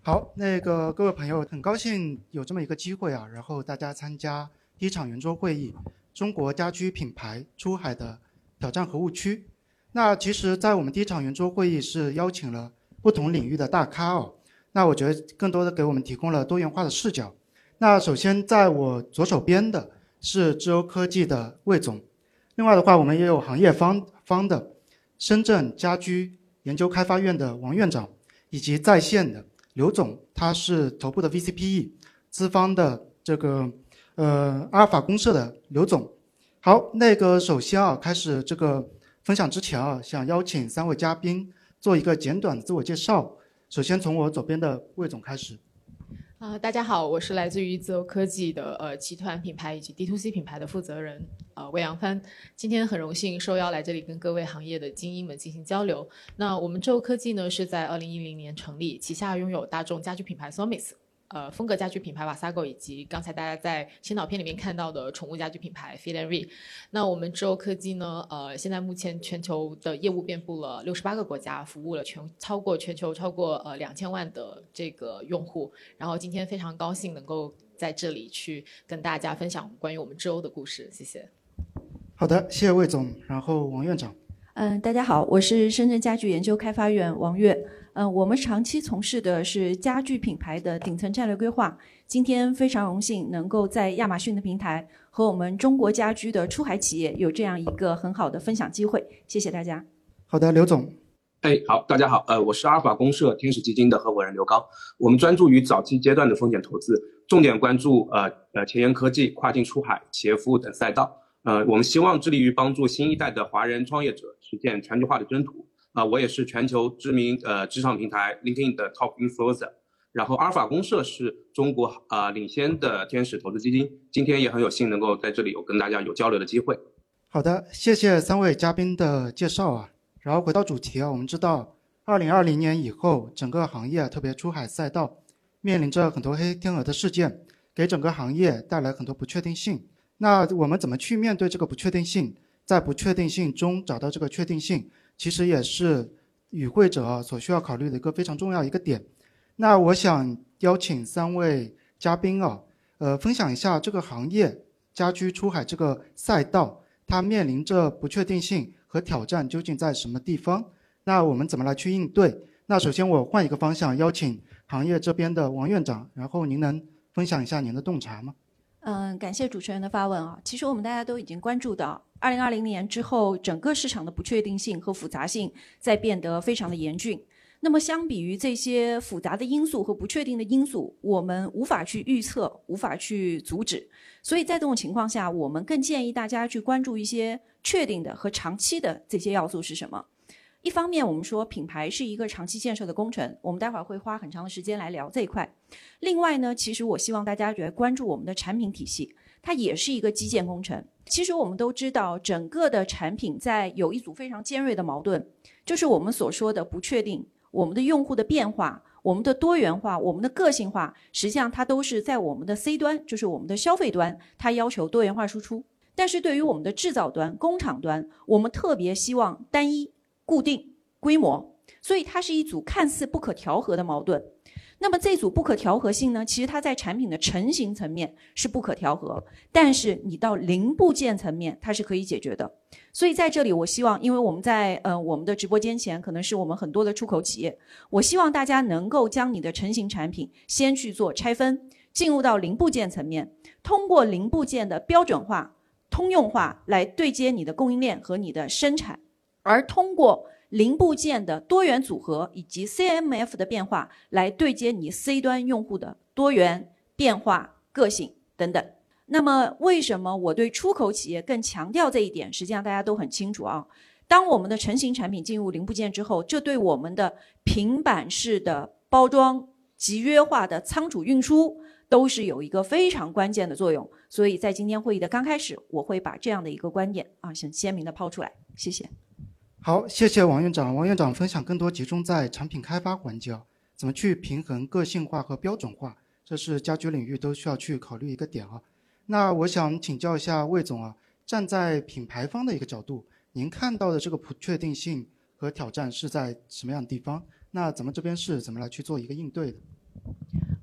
好，各位朋友，很高兴有这么一个机会啊，然后大家参加第一场圆桌会议，中国家居品牌出海的挑战和误区。那其实，在我们第一场圆桌会议是邀请了不同领域的大咖哦，那我觉得更多的给我们提供了多元化的视角。那首先在我左手边的是智欧科技的魏总，另外的话，我们也有行业方的深圳家居研究开发院的王院长，以及在线的刘总，他是头部的 VCPE 资方的阿尔法公社的刘总。好，首先啊，开始这个分享之前啊，想邀请三位嘉宾做一个简短的自我介绍。首先从我左边的魏总开始。 大家好，我是来自于自由科技的集团品牌以及 D2C 品牌的负责人魏扬帆。今天很荣幸受邀来这里跟各位行业的精英们进行交流。那我们自由科技呢是在2010年成立，旗下拥有大众家居品牌 Somis。风格家居品牌瓦萨狗，以及刚才大家在先导片里面看到的宠物家居品牌 Feed and Re。那我们智欧科技呢，现在目前全球的业务遍布了68个国家，服务了全球超过2000万的这个用户。然后今天非常高兴能够在这里去跟大家分享关于我们智欧的故事，谢谢。 好的，谢谢魏总。然后王院长。 大家好，我是深圳家居研究开发院王悦。我们长期从事的是家具品牌的顶层战略规划。今天非常荣幸能够在亚马逊的平台和我们中国家居的出海企业有这样一个很好的分享机会，谢谢大家。 好的，刘总。 好，大家好，我是阿尔法公社天使基金的合伙人刘刚。我们专注于早期阶段的风险投资，重点关注前沿科技、跨境出海、企业服务等赛道。我们希望致力于帮助新一代的华人创业者实现全球化的征途。我也是全球知名职场平台 LinkedIn 的 Top Influencer。然后阿尔法公社是中国领先的天使投资基金。今天也很有幸能够在这里跟大家有交流的机会。 好的，谢谢三位嘉宾的介绍啊。然后回到主题啊，我们知道2020年以后，整个行业特别出海赛道面临着很多黑天鹅的事件，给整个行业带来很多不确定性。那我们怎么去面对这个不确定性，在不确定性中找到这个确定性，其实也是与会者所需要考虑的一个非常重要一个点。那我想邀请三位嘉宾分享一下这个行业家居出海这个赛道，它面临着不确定性和挑战究竟在什么地方？那我们怎么来去应对？那首先我换一个方向，邀请行业这边的王院长，然后您能分享一下您的洞察吗？ 感谢主持人的发问啊。其实我们大家都已经关注到，2020年之后，整个市场的不确定性和复杂性在变得非常的严峻。那么相比于这些复杂的因素和不确定的因素，我们无法去预测，无法去阻止。所以在这种情况下，我们更建议大家去关注一些确定的和长期的这些要素是什么。一方面，我们说品牌是一个长期建设的工程，我们待会儿会花很长的时间来聊这一块。另外呢，其实我希望大家来关注我们的产品体系，它也是一个基建工程。其实我们都知道，整个的产品在有一组非常尖锐的矛盾，就是我们所说的不确定，我们的用户的变化，我们的多元化，我们的个性化，实际上它都是在我们的 C 端，就是我们的消费端，它要求多元化输出。但是对于我们的制造端、工厂端，我们特别希望单一、固定、规模，所以它是一组看似不可调和的矛盾。那么这组不可调和性呢，其实它在产品的成型层面是不可调和，但是你到零部件层面它是可以解决的。所以在这里我希望，因为我们在我们的直播间前可能是我们很多的出口企业，我希望大家能够将你的成型产品先去做拆分，进入到零部件层面，通过零部件的标准化、通用化来对接你的供应链和你的生产，而通过零部件的多元组合以及 CMF 的变化来对接你 C 端用户的多元变化、个性等等。那么为什么我对出口企业更强调这一点？实际上大家都很清楚啊。当我们的成型产品进入零部件之后，这对我们的平板式的包装、集约化的仓储运输都是有一个非常关键的作用。所以在今天会议的刚开始，我会把这样的一个观点很鲜明的抛出来。谢谢。 好，谢谢王院长。王院长分享更多集中在产品开发环节怎么去平衡个性化和标准化，这是家居领域都需要去考虑一个点那我想请教一下魏总站在品牌方的一个角度，您看到的这个不确定性和挑战是在什么样的地方？那咱们这边是怎么来去做一个应对的？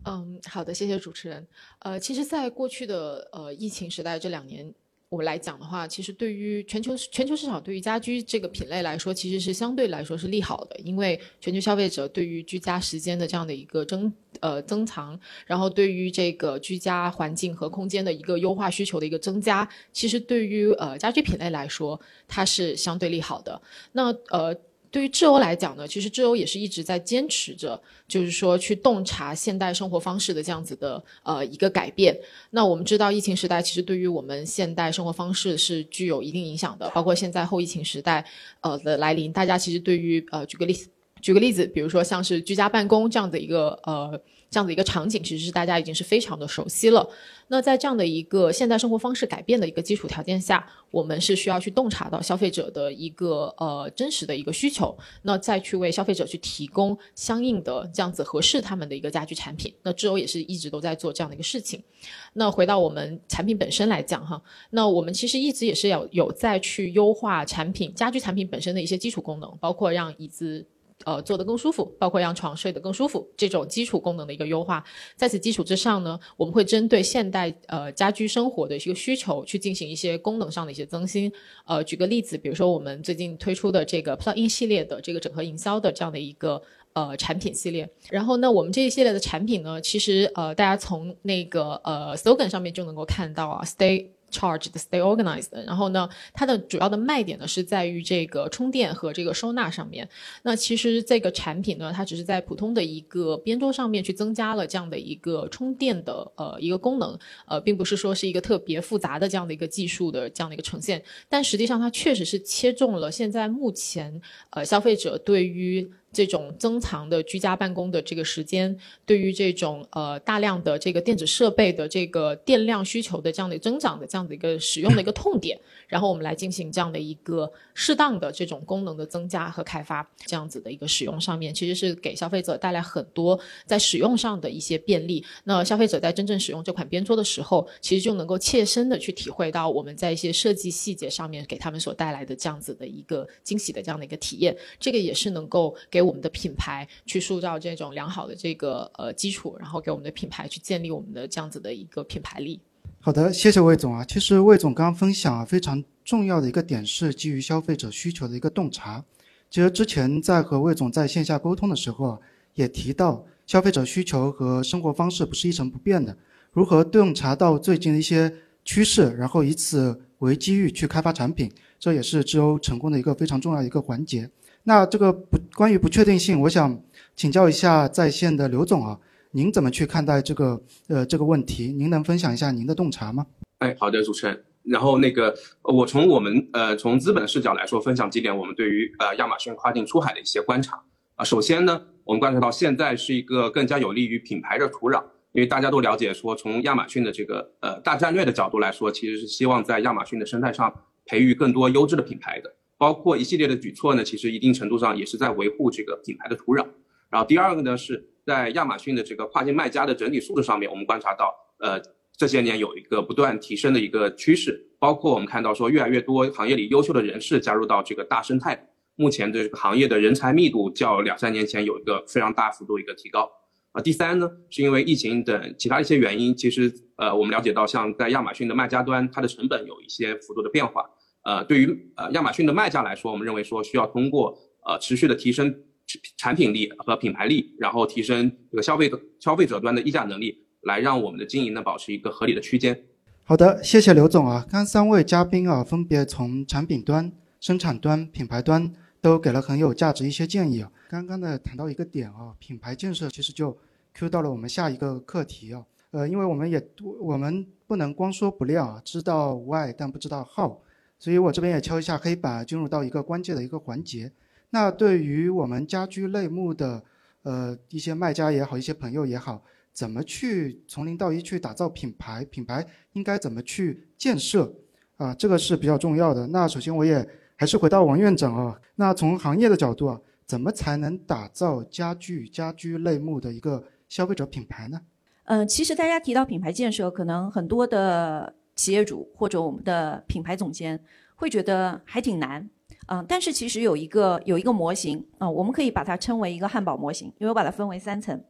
好的，谢谢主持人。其实在过去的疫情时代这2年，我们来讲的话，其实对于全球市场对于家居这个品类来说，其实是相对来说是利好的，因为全球消费者对于居家时间的这样的一个增长，然后对于这个居家环境和空间的一个优化需求的一个增加，其实对于家居品类来说，它是相对利好的。那对于智欧来讲呢，其实智欧也是一直在坚持着，就是说去洞察现代生活方式的这样子的一个改变。那我们知道疫情时代其实对于我们现代生活方式是具有一定影响的，包括现在后疫情时代的来临，大家其实对于举个例子，比如说像是居家办公这样的一个场景，其实是大家已经是非常的熟悉了。那在这样的一个现代生活方式改变的一个基础条件下，我们是需要去洞察到消费者的一个真实的一个需求，那再去为消费者去提供相应的这样子合适他们的一个家居产品。那智欧也是一直都在做这样的一个事情。那回到我们产品本身来讲哈，那我们其实一直也是有在去优化家居产品本身的一些基础功能，包括让椅子坐得更舒服，包括让床睡得更舒服，这种基础功能的一个优化。在此基础之上呢，我们会针对现代家居生活的一个需求去进行一些功能上的一些增新。举个例子，比如说我们最近推出的这个 Plug-in 系列的这个整合营销的这样的一个产品系列。然后呢，我们这一系列的产品呢，其实大家从那个slogan 上面就能够看到啊 ，Stay Charged, Stay Organized。 然后呢，它的主要的卖点呢是在于这个充电和这个收纳上面。那其实这个产品呢，它只是在普通的一个边桌上面去增加了这样的一个充电的一个功能，并不是说是一个特别复杂的这样的一个技术的这样的一个呈现，但实际上它确实是切中了现在目前消费者对于这种增长的居家办公的这个时间，对于这种大量的这个电子设备的这个电量需求的这样的增长的这样的一个使用的一个痛点，然后我们来进行这样的一个适当的这种功能的增加和开发，这样子的一个使用上面，其实是给消费者带来很多在使用上的一些便利。那消费者在真正使用这款边桌的时候，其实就能够切身的去体会到我们在一些设计细节上面给他们所带来的这样子的一个惊喜的这样的一个体验。这个也是能够给我们的品牌去塑造这种良好的这个基础，然后给我们的品牌去建立我们的这样子的一个品牌力。 好的，谢谢魏总啊。其实魏总刚刚分享非常重要的一个点是基于消费者需求的一个洞察。其实之前在和魏总在线下沟通的时候也提到，消费者需求和生活方式不是一成不变的，如何洞察到最近的一些趋势，然后以此为机遇去开发产品，这也是智欧成功的一个非常重要的一个环节。那这个关于不确定性，我想请教一下在线的刘总啊，您怎么去看待这个问题？您能分享一下您的洞察吗？ 好的，主持人。然后我从资本的视角来说，分享几点我们对于亚马逊跨境出海的一些观察。首先呢，我们观察到现在是一个更加有利于品牌的土壤，因为大家都了解说，从亚马逊的这个大战略的角度来说，其实是希望在亚马逊的生态上培育更多优质的品牌的。包括一系列的举措呢，其实一定程度上也是在维护这个品牌的土壤。然后第二个呢，是在亚马逊的这个跨境卖家的整体素质上面，我们观察到这些年有一个不断提升的一个趋势，包括我们看到说越来越多行业里优秀的人士加入到这个大生态，目前这个行业的人才密度较2-3年前有一个非常大幅度一个提高。第三呢，是因为疫情等其他一些原因，其实我们了解到像在亚马逊的卖家端，它的成本有一些幅度的变化。对于亚马逊的卖家来说，我们认为说需要通过持续的提升产品力和品牌力，然后提升这个消费者端的议价能力，来让我们的经营呢保持一个合理的区间。 好的，谢谢刘总啊。刚3位嘉宾啊，分别从产品端、生产端、品牌端都给了很有价值一些建议啊。刚刚的谈到一个点啊，品牌建设其实就 Q 到了我们下一个课题啊。因为我们不能光说不料啊，知道 why 但不知道 how。所以我这边也敲一下黑板，进入到一个关键的一个环节。那对于我们家居类目的一些卖家也好，一些朋友也好，怎么去从零到一去打造品牌？品牌应该怎么去建设啊？这个是比较重要的。那首先我也还是回到王院长啊，那从行业的角度啊，怎么才能打造家居类目的一个消费者品牌呢？ 其实大家提到品牌建设，可能很多的企业主或者我们的品牌总监会觉得还挺难，但是其实有一个模型我们可以把它称为一个汉堡模型，因为我把它分为3层。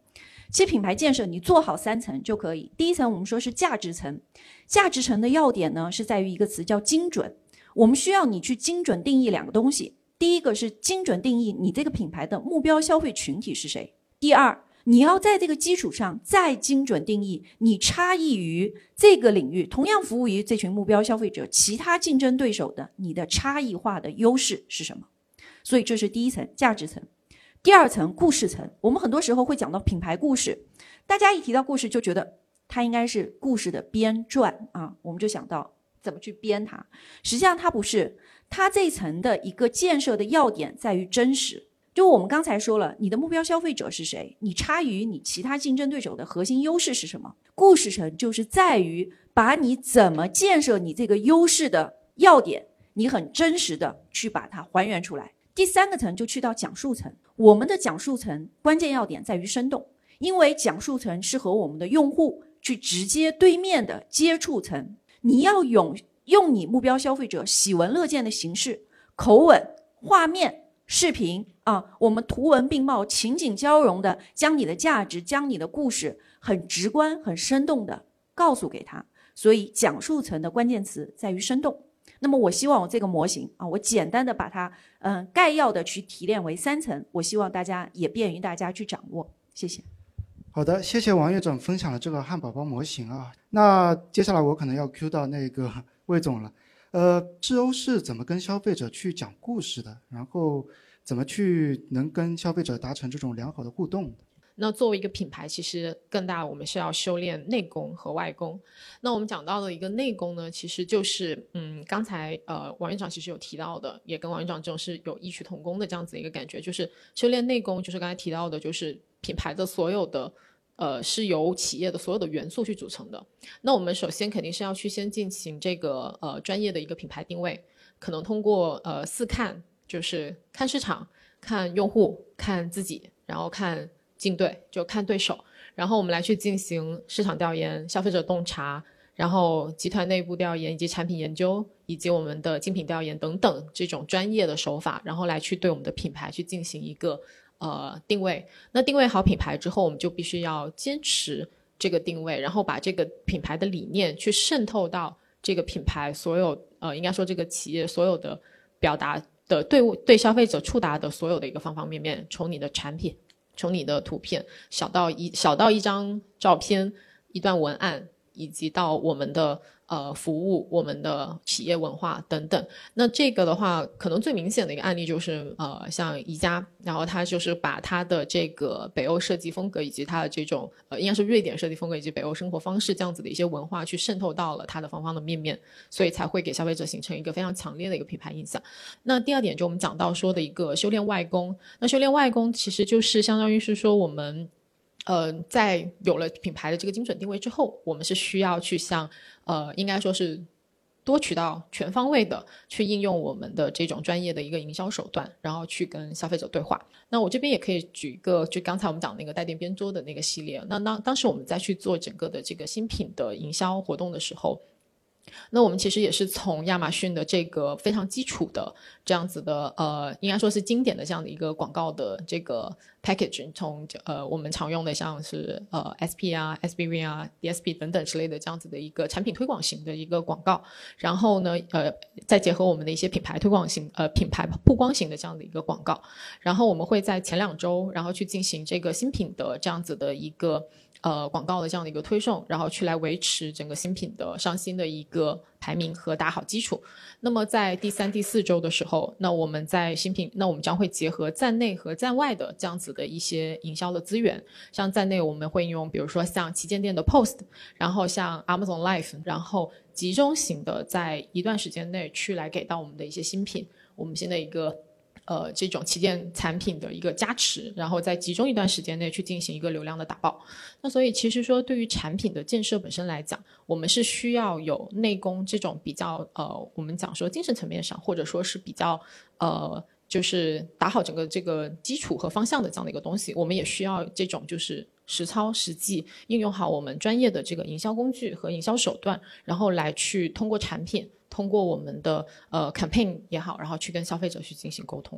其实品牌建设你做好3层就可以。第一层我们说是价值层，价值层的要点呢是在于一个词叫精准。我们需要你去精准定义2个东西，第一个是精准定义你这个品牌的目标消费群体是谁，第二，你要在这个基础上再精准定义你差异于这个领域，同样服务于这群目标消费者其他竞争对手的你的差异化的优势是什么。所以这是第一层，价值层。第二层，故事层。我们很多时候会讲到品牌故事，大家一提到故事就觉得它应该是故事的编撰啊，我们就想到怎么去编它。实际上它不是，它这层的一个建设的要点在于真实。就我们刚才说了，你的目标消费者是谁，你差于你其他竞争对手的核心优势是什么。故事层就是在于把你怎么建设你这个优势的要点，你很真实的去把它还原出来。第3个层就去到讲述层，我们的讲述层关键要点在于生动，因为讲述层是和我们的用户去直接对面的接触层，你要用你目标消费者喜闻乐见的形式、口吻、画面、视频啊，我们图文并茂、情景交融的将你的价值、将你的故事很直观、很生动的告诉给他。所以讲述层的关键词在于生动。那么我希望我这个模型啊，我简单的把它概要的去提炼为3层，我希望大家也便于大家去掌握。谢谢。 好的，谢谢王岳总分享了这个汉堡包模型啊。那接下来我可能要 Q 到那个魏总了。智欧是怎么跟消费者去讲故事的？然后怎么去能跟消费者达成这种良好的互动的？ 那作为一个品牌，其实更大我们是要修炼内功和外功。那我们讲到的一个内功呢，其实就是刚才王院长其实有提到的，也跟王院长这种是有异曲同工的这样子的一个感觉，就是修炼内功，就是刚才提到的，就是品牌的所有的是由企业的所有的元素去组成的。那我们首先肯定是要去先进行这个专业的一个品牌定位，可能通过4看，就是看市场、看用户、看自己，然后看竞对，就看对手，然后我们来去进行市场调研、消费者洞察，然后集团内部调研以及产品研究以及我们的竞品调研等等这种专业的手法，然后来去对我们的品牌去进行一个定位。那定位好品牌之后，我们就必须要坚持这个定位，然后把这个品牌的理念去渗透到这个品牌所有应该说这个企业所有的表达的对消费者触达的所有的一个方方面面，从你的产品，从你的图片，小到一张照片、一段文案，以及到我们的服务、我们的企业文化等等。那这个的话，可能最明显的一个案例就是像宜家，然后它就是把它的这个北欧设计风格以及它的这种应该是瑞典设计风格以及北欧生活方式这样子的一些文化去渗透到了它的方方的面面，所以才会给消费者形成一个非常强烈的一个品牌印象。那第二点就我们讲到说的一个修炼外功，那修炼外功其实就是相当于是说我们在有了品牌的这个精准定位之后，我们是需要去向应该说是多渠道全方位的去应用我们的这种专业的一个营销手段，然后去跟消费者对话。那我这边也可以举一个，就刚才我们讲那个带电边桌的那个系列，那当时我们在去做整个的这个新品的营销活动的时候，那我们其实也是从亚马逊的这个非常基础的这样子的应该说是经典的这样的一个广告的这个 package， 从我们常用的像是SP 啊 SBV 啊 DSP 等等之类的这样子的一个产品推广型的一个广告，然后呢再结合我们的一些品牌推广型品牌曝光型的这样的一个广告，然后我们会在前2周然后去进行这个新品的这样子的一个广告的这样的一个推送，然后去来维持整个新品的上新的一个排名和打好基础。那么在第3、第4周的时候，那我们在新品，那我们将会结合站内和站外的这样子的一些营销的资源。像站内我们会用比如说像旗舰店的 post， 然后像 Amazon Live， 然后集中型的在一段时间内去来给到我们的一些新品，我们新的一个这种旗舰产品的一个加持，然后在集中一段时间内去进行一个流量的打爆。那所以其实说对于产品的建设本身来讲，我们是需要有内功这种比较我们讲说精神层面上，或者说是比较就是打好整个这个基础和方向的这样的一个东西，我们也需要这种就是实操实际应用好我们专业的这个营销工具和营销手段，然后来去通过产品，通过我们的campaign 也好，然后去跟消费者去进行沟通。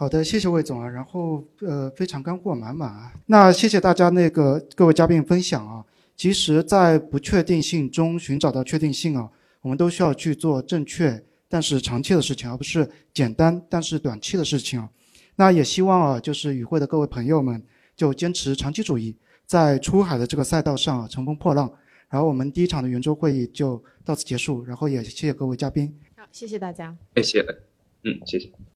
好的，谢谢魏总啊，然后非常干货满满啊。那谢谢大家各位嘉宾分享啊。其实，在不确定性中寻找到确定性啊，我们都需要去做正确但是长期的事情，而不是简单但是短期的事情啊。那也希望啊，就是与会的各位朋友们就坚持长期主义，在出海的这个赛道上乘风破浪。然后我们第一场的圆桌会议就到此结束，然后也谢谢各位嘉宾。 好，谢谢大家。 谢谢，谢谢。